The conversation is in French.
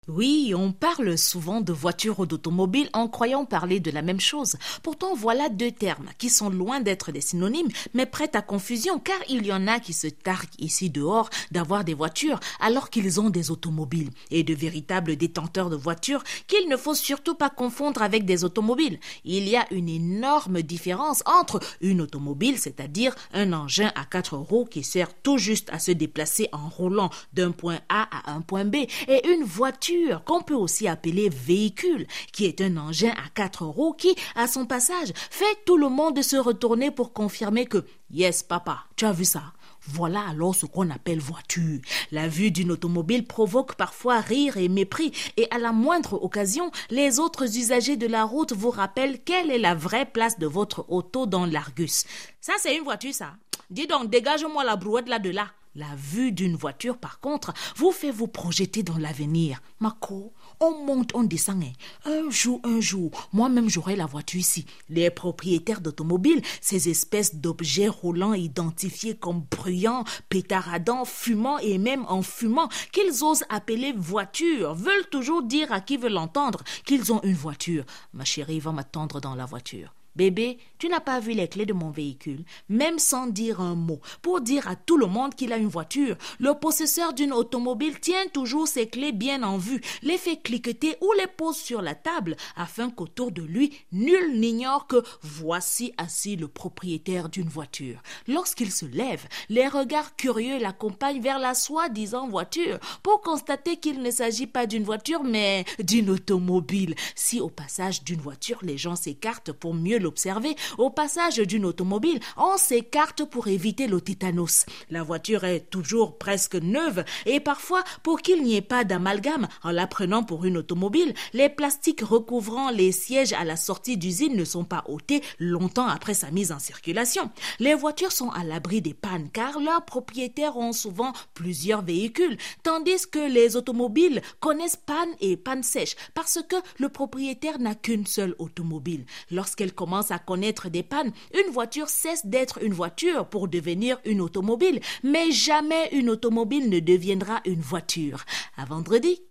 Oui, on parle souvent de voiture ou d'automobile en croyant parler de la même chose. Pourtant, voilà deux termes qui sont loin d'être des synonymes, mais prêtent à confusion, car il y en a qui se targuent ici dehors d'avoir des voitures alors qu'ils ont des automobiles et de véritables détenteurs de voitures qu'il ne faut surtout pas confondre avec des automobiles. Il y a une énorme différence entre une automobile, c'est-à-dire un engin à 4 roues qui sert tout juste à se déplacer en roulant d'un point A à un point B, et une voiture qu'on peut aussi appeler véhicule, qui est un engin à 4 roues qui, à son passage, fait tout le monde se retourner pour confirmer que « Yes, papa, tu as vu ça ?» Voilà alors ce qu'on appelle voiture. La vue d'une automobile provoque parfois rire et mépris, et à la moindre occasion, les autres usagers de la route vous rappellent quelle est la vraie place de votre auto dans l'Argus. Ça, c'est une voiture, ça. Dis donc, dégage-moi la brouette là-de-là. La vue d'une voiture, par contre, vous fait vous projeter dans l'avenir. Mako, on monte, on descend. Un jour, moi-même j'aurai la voiture ici. Les propriétaires d'automobiles, ces espèces d'objets roulants identifiés comme bruyants, pétaradants, fumants et même en fumant, qu'ils osent appeler voiture, veulent toujours dire à qui veut l'entendre qu'ils ont une voiture. Ma chérie va m'attendre dans la voiture. Bébé, tu n'as pas vu les clés de mon véhicule, même sans dire un mot, pour dire à tout le monde qu'il a une voiture. Le possesseur d'une automobile tient toujours ses clés bien en vue, les fait cliqueter ou les pose sur la table, afin qu'autour de lui, nul n'ignore que voici assis le propriétaire d'une voiture. Lorsqu'il se lève, les regards curieux l'accompagnent vers la soi-disant voiture, pour constater qu'il ne s'agit pas d'une voiture, mais d'une automobile. Si au passage d'une voiture, les gens s'écartent pour mieux l'observer, au passage d'une automobile, on s'écarte pour éviter le tétanos. La voiture est toujours presque neuve et parfois, pour qu'il n'y ait pas d'amalgame en la prenant pour une automobile, les plastiques recouvrant les sièges à la sortie d'usine ne sont pas ôtés longtemps après sa mise en circulation. Les voitures sont à l'abri des pannes car leurs propriétaires ont souvent plusieurs véhicules, tandis que les automobiles connaissent panne et panne sèche parce que le propriétaire n'a qu'une seule automobile. Lorsqu'elle commence à connaître des pannes, une voiture cesse d'être une voiture pour devenir une automobile, mais jamais une automobile ne deviendra une voiture. À vendredi.